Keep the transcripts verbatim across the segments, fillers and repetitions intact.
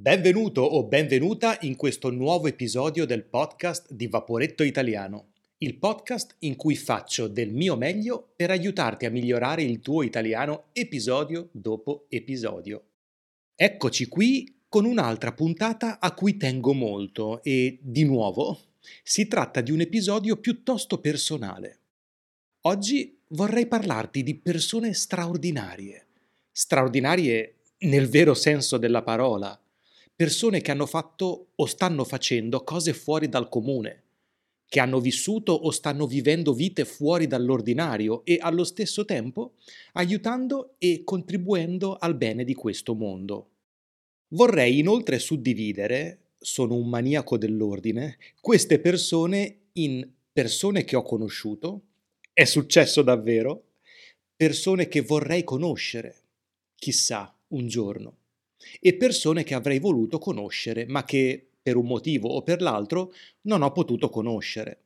Benvenuto o benvenuta in questo nuovo episodio del podcast di Vaporetto Italiano, il podcast in cui faccio del mio meglio per aiutarti a migliorare il tuo italiano episodio dopo episodio. Eccoci qui con un'altra puntata a cui tengo molto e, di nuovo, si tratta di un episodio piuttosto personale. Oggi vorrei parlarti di persone straordinarie, straordinarie nel vero senso della parola. Persone che hanno fatto o stanno facendo cose fuori dal comune, che hanno vissuto o stanno vivendo vite fuori dall'ordinario e allo stesso tempo aiutando e contribuendo al bene di questo mondo. Vorrei inoltre suddividere, sono un maniaco dell'ordine, queste persone in persone che ho conosciuto, è successo davvero, persone che vorrei conoscere, chissà, un giorno, e persone che avrei voluto conoscere, ma che per un motivo o per l'altro non ho potuto conoscere.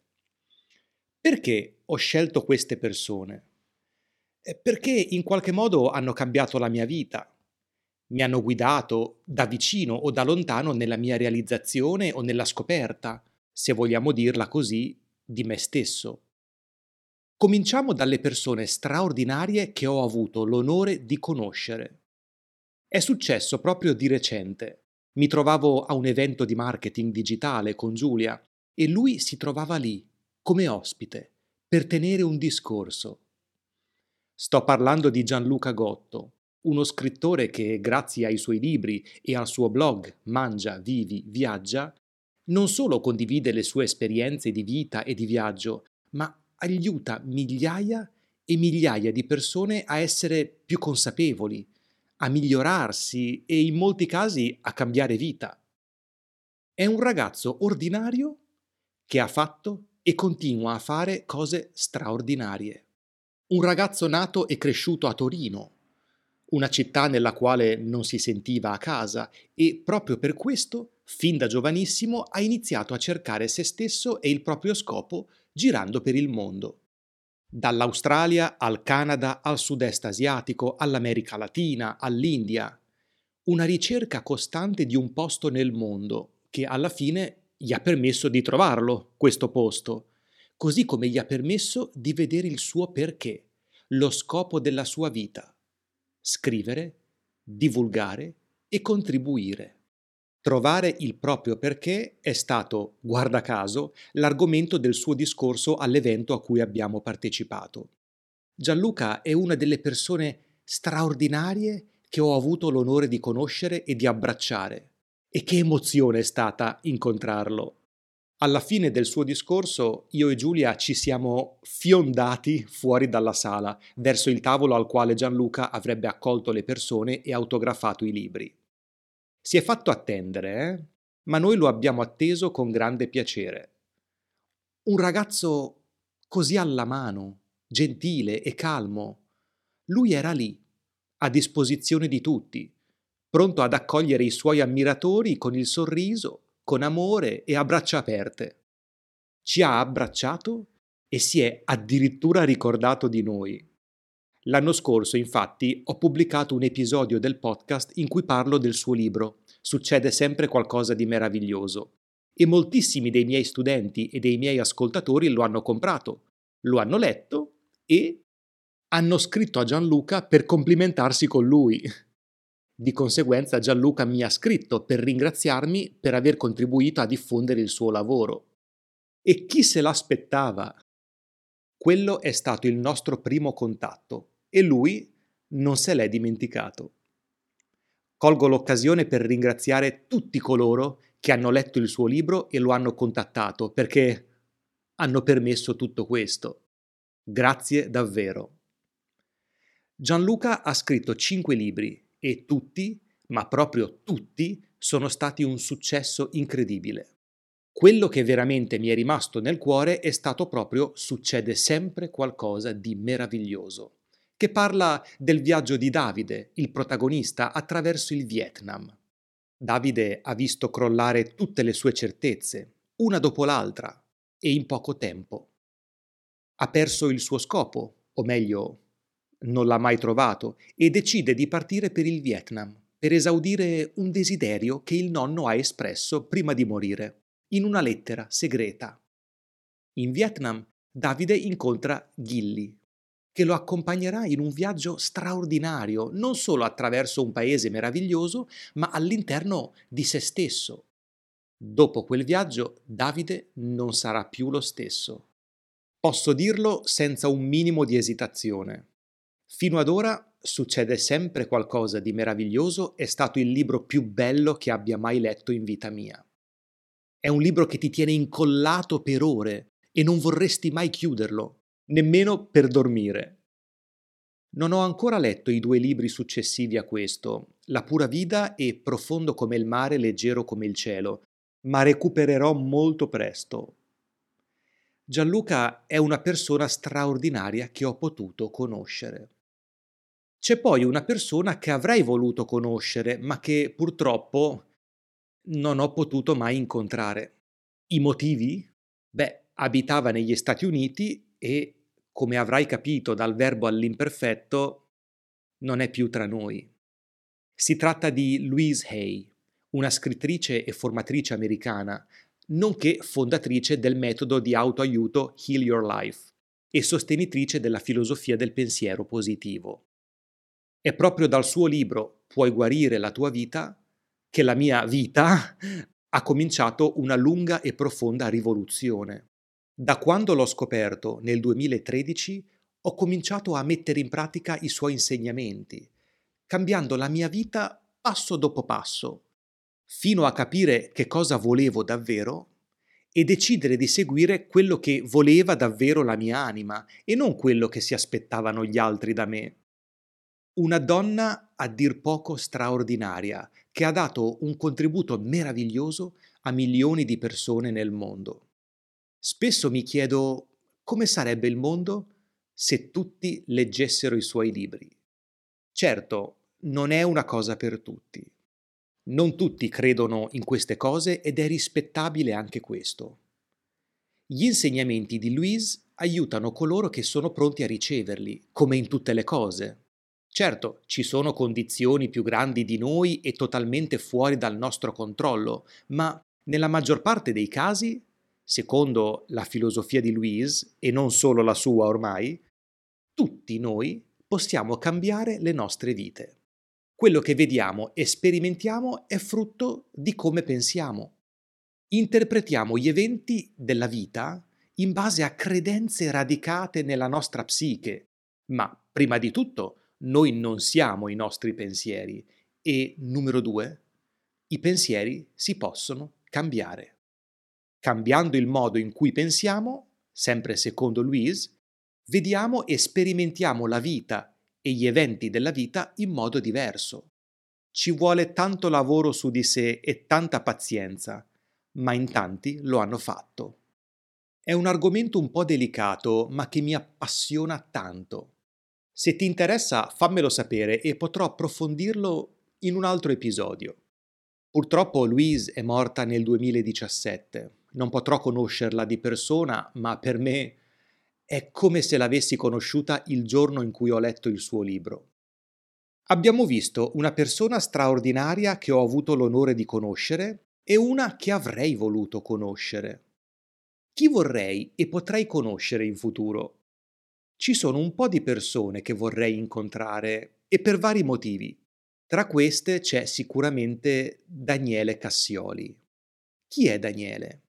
Perché ho scelto queste persone? Eh, Perché in qualche modo hanno cambiato la mia vita, mi hanno guidato da vicino o da lontano nella mia realizzazione o nella scoperta, se vogliamo dirla così, di me stesso. Cominciamo dalle persone straordinarie che ho avuto l'onore di conoscere. È successo proprio di recente. Mi trovavo a un evento di marketing digitale con Giulia e lui si trovava lì, come ospite, per tenere un discorso. Sto parlando di Gianluca Gotto, uno scrittore che, grazie ai suoi libri e al suo blog Mangia, Vivi, Viaggia, non solo condivide le sue esperienze di vita e di viaggio, ma aiuta migliaia e migliaia di persone a essere più consapevoli, a migliorarsi e in molti casi a cambiare vita. È un ragazzo ordinario che ha fatto e continua a fare cose straordinarie. Un ragazzo nato e cresciuto a Torino, una città nella quale non si sentiva a casa e proprio per questo, fin da giovanissimo, ha iniziato a cercare se stesso e il proprio scopo girando per il mondo. Dall'Australia al Canada, al sud-est asiatico, all'America Latina, all'India. Una ricerca costante di un posto nel mondo che alla fine gli ha permesso di trovarlo, questo posto, così come gli ha permesso di vedere il suo perché, lo scopo della sua vita: scrivere, divulgare e contribuire. Trovare il proprio perché è stato, guarda caso, l'argomento del suo discorso all'evento a cui abbiamo partecipato. Gianluca è una delle persone straordinarie che ho avuto l'onore di conoscere e di abbracciare. E che emozione è stata incontrarlo! Alla fine del suo discorso io e Giulia ci siamo fiondati fuori dalla sala, verso il tavolo al quale Gianluca avrebbe accolto le persone e autografato i libri. Si è fatto attendere, eh? Ma noi lo abbiamo atteso con grande piacere. Un ragazzo così alla mano, gentile e calmo. Lui era lì, a disposizione di tutti, pronto ad accogliere i suoi ammiratori con il sorriso, con amore e a braccia aperte. Ci ha abbracciato e si è addirittura ricordato di noi. L'anno scorso, infatti, ho pubblicato un episodio del podcast in cui parlo del suo libro Succede sempre qualcosa di meraviglioso e moltissimi dei miei studenti e dei miei ascoltatori lo hanno comprato, lo hanno letto e hanno scritto a Gianluca per complimentarsi con lui. Di conseguenza Gianluca mi ha scritto per ringraziarmi per aver contribuito a diffondere il suo lavoro. E chi se l'aspettava? Quello è stato il nostro primo contatto e lui non se l'è dimenticato. Colgo l'occasione per ringraziare tutti coloro che hanno letto il suo libro e lo hanno contattato perché hanno permesso tutto questo. Grazie davvero. Gianluca ha scritto cinque libri e tutti, ma proprio tutti, sono stati un successo incredibile. Quello che veramente mi è rimasto nel cuore è stato proprio Succede sempre qualcosa di meraviglioso, che parla del viaggio di Davide, il protagonista, attraverso il Vietnam. Davide ha visto crollare tutte le sue certezze, una dopo l'altra, e in poco tempo. Ha perso il suo scopo, o meglio, non l'ha mai trovato, e decide di partire per il Vietnam. per esaudire un desiderio che il nonno ha espresso prima di morire, in una lettera segreta. In Vietnam, Davide incontra Gilly, che lo accompagnerà in un viaggio straordinario, non solo attraverso un paese meraviglioso, ma all'interno di se stesso. Dopo quel viaggio, Davide non sarà più lo stesso. Posso dirlo senza un minimo di esitazione. Fino ad ora succede sempre qualcosa di meraviglioso, è stato il libro più bello che abbia mai letto in vita mia. È un libro che ti tiene incollato per ore e non vorresti mai chiuderlo, nemmeno per dormire. Non ho ancora letto i due libri successivi a questo, La pura vida e Profondo come il mare, leggero come il cielo, ma recupererò molto presto. Gianluca è una persona straordinaria che ho potuto conoscere. C'è poi una persona che avrei voluto conoscere, ma che purtroppo non ho potuto mai incontrare. I motivi? Beh, abitava negli Stati Uniti e, come avrai capito dal verbo all'imperfetto, non è più tra noi. Si tratta di Louise Hay, una scrittrice e formatrice americana, nonché fondatrice del metodo di autoaiuto Heal Your Life e sostenitrice della filosofia del pensiero positivo. È proprio dal suo libro Puoi guarire la tua vita che la mia vita ha cominciato una lunga e profonda rivoluzione. Da quando l'ho scoperto nel duemilatredici ho cominciato a mettere in pratica i suoi insegnamenti, cambiando la mia vita passo dopo passo, fino a capire che cosa volevo davvero e decidere di seguire quello che voleva davvero la mia anima e non quello che si aspettavano gli altri da me. Una donna a dir poco straordinaria, che ha dato un contributo meraviglioso a milioni di persone nel mondo. Spesso mi chiedo come sarebbe il mondo se tutti leggessero i suoi libri. Certo, non è una cosa per tutti. Non tutti credono in queste cose ed è rispettabile anche questo. Gli insegnamenti di Louise aiutano coloro che sono pronti a riceverli, come in tutte le cose. Certo, ci sono condizioni più grandi di noi e totalmente fuori dal nostro controllo, ma nella maggior parte dei casi, secondo la filosofia di Louise, e non solo la sua ormai, tutti noi possiamo cambiare le nostre vite. Quello che vediamo e sperimentiamo è frutto di come pensiamo. Interpretiamo gli eventi della vita in base a credenze radicate nella nostra psiche, ma prima di tutto noi non siamo i nostri pensieri e, numero due, i pensieri si possono cambiare. Cambiando il modo in cui pensiamo, sempre secondo Louise, vediamo e sperimentiamo la vita e gli eventi della vita in modo diverso. Ci vuole tanto lavoro su di sé e tanta pazienza, ma in tanti lo hanno fatto. È un argomento un po' delicato, ma che mi appassiona tanto. Se ti interessa, fammelo sapere e potrò approfondirlo in un altro episodio. Purtroppo Louise è morta nel duemiladiciassette. Non potrò conoscerla di persona, ma per me è come se l'avessi conosciuta il giorno in cui ho letto il suo libro. Abbiamo visto una persona straordinaria che ho avuto l'onore di conoscere e una che avrei voluto conoscere. Chi vorrei e potrei conoscere in futuro? Ci sono un po' di persone che vorrei incontrare e per vari motivi. Tra queste c'è sicuramente Daniele Cassioli. Chi è Daniele?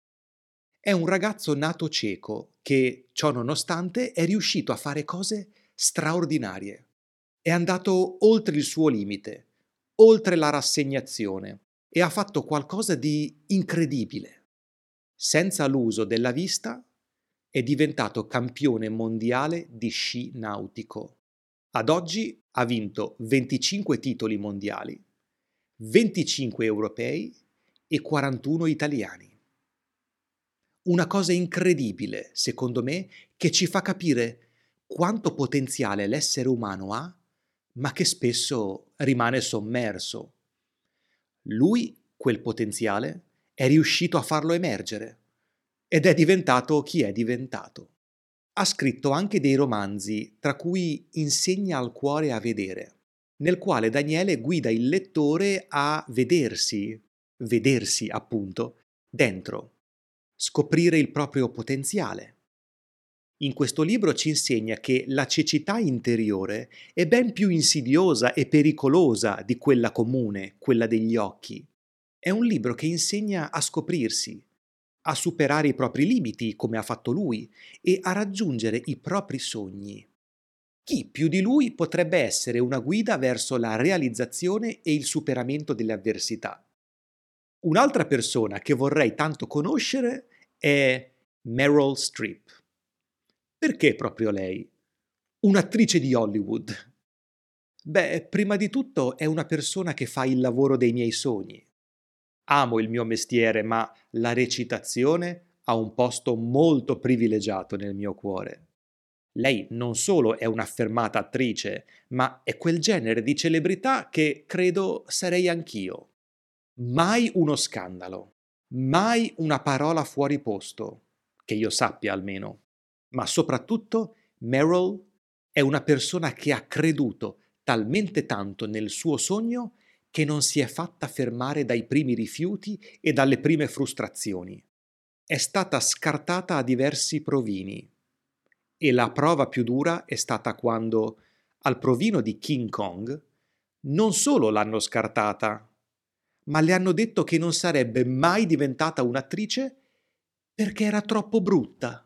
È un ragazzo nato cieco che, ciò nonostante, è riuscito a fare cose straordinarie. È andato oltre il suo limite, oltre la rassegnazione e ha fatto qualcosa di incredibile. Senza l'uso della vista è diventato campione mondiale di sci nautico. Ad oggi ha vinto venticinque titoli mondiali, venticinque europei e quarantuno italiani. Una cosa incredibile, secondo me, che ci fa capire quanto potenziale l'essere umano ha, ma che spesso rimane sommerso. Lui, quel potenziale, è riuscito a farlo emergere ed è diventato chi è diventato. Ha scritto anche dei romanzi, tra cui Insegna al cuore a vedere. nel quale Daniele guida il lettore a vedersi, vedersi appunto, dentro, scoprire il proprio potenziale. In questo libro ci insegna che la cecità interiore è ben più insidiosa e pericolosa di quella comune, quella degli occhi. È un libro che insegna a scoprirsi, a superare i propri limiti, come ha fatto lui, e a raggiungere i propri sogni. Chi più di lui potrebbe essere una guida verso la realizzazione e il superamento delle avversità? Un'altra persona che vorrei tanto conoscere è Meryl Streep. Perché proprio lei? Un'attrice di Hollywood. Beh, prima di tutto è una persona che fa il lavoro dei miei sogni. Amo il mio mestiere, ma la recitazione ha un posto molto privilegiato nel mio cuore. Lei non solo è un'affermata attrice, ma è quel genere di celebrità che credo sarei anch'io. Mai uno scandalo, mai una parola fuori posto, che io sappia almeno. Ma soprattutto Meryl è una persona che ha creduto talmente tanto nel suo sogno che non si è fatta fermare dai primi rifiuti e dalle prime frustrazioni. È stata scartata a diversi provini e la prova più dura è stata quando, al provino di King Kong, non solo l'hanno scartata, ma le hanno detto che non sarebbe mai diventata un'attrice perché era troppo brutta.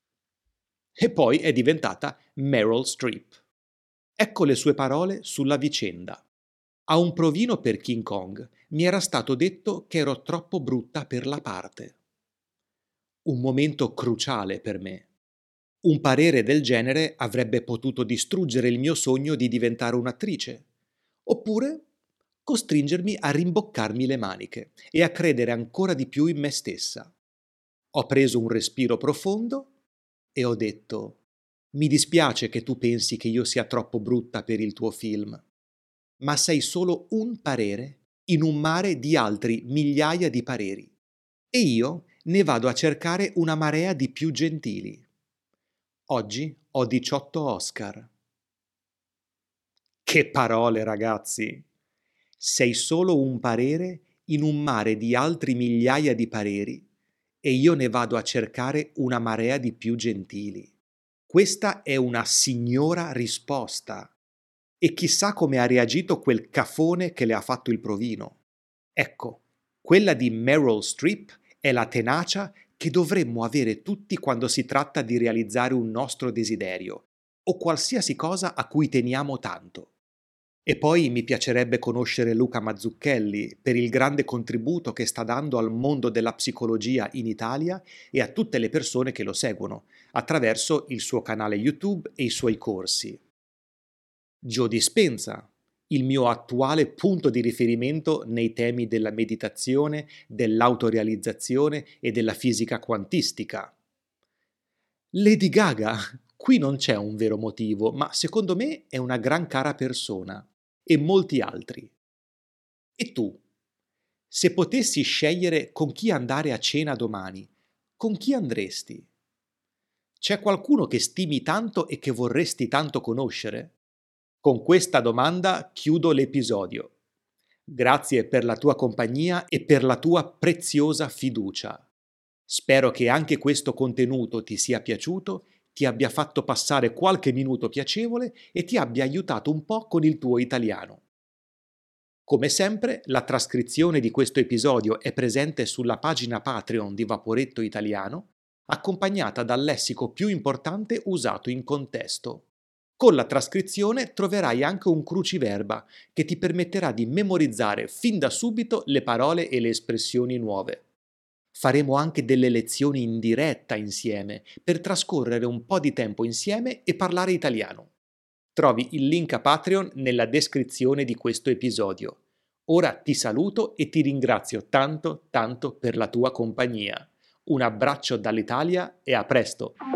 E poi è diventata Meryl Streep. Ecco le sue parole sulla vicenda. A un provino per King Kong mi era stato detto che ero troppo brutta per la parte. Un momento cruciale per me. Un parere del genere avrebbe potuto distruggere il mio sogno di diventare un'attrice, oppure costringermi a rimboccarmi le maniche e a credere ancora di più in me stessa. Ho preso un respiro profondo e ho detto: mi dispiace che tu pensi che io sia troppo brutta per il tuo film, ma sei solo un parere in un mare di altri migliaia di pareri. E io ne vado a cercare una marea di più gentili. Oggi ho diciotto Oscar. Che parole, ragazzi! Sei solo un parere in un mare di altri migliaia di pareri e io ne vado a cercare una marea di più gentili. Questa è una signora risposta. E chissà come ha reagito quel cafone che le ha fatto il provino. Ecco, quella di Meryl Streep è la tenacia che dovremmo avere tutti quando si tratta di realizzare un nostro desiderio o qualsiasi cosa a cui teniamo tanto. E poi mi piacerebbe conoscere Luca Mazzucchelli per il grande contributo che sta dando al mondo della psicologia in Italia e a tutte le persone che lo seguono, attraverso il suo canale YouTube e i suoi corsi. Joe Dispenza, il mio attuale punto di riferimento nei temi della meditazione, dell'autorealizzazione e della fisica quantistica. Lady Gaga, qui non c'è un vero motivo, ma secondo me è una gran cara persona. E molti altri. E tu? Se potessi scegliere con chi andare a cena domani, con chi andresti? C'è qualcuno che stimi tanto e che vorresti tanto conoscere? Con questa domanda chiudo l'episodio. Grazie per la tua compagnia e per la tua preziosa fiducia. Spero che anche questo contenuto ti sia piaciuto, ti abbia fatto passare qualche minuto piacevole e ti abbia aiutato un po' con il tuo italiano. Come sempre, la trascrizione di questo episodio è presente sulla pagina Patreon di Vaporetto Italiano, accompagnata dal lessico più importante usato in contesto. Con la trascrizione troverai anche un cruciverba che ti permetterà di memorizzare fin da subito le parole e le espressioni nuove. Faremo anche delle lezioni in diretta insieme per trascorrere un po' di tempo insieme e parlare italiano. Trovi il link a Patreon nella descrizione di questo episodio. Ora ti saluto e ti ringrazio tanto tanto per la tua compagnia. Un abbraccio dall'Italia e a presto!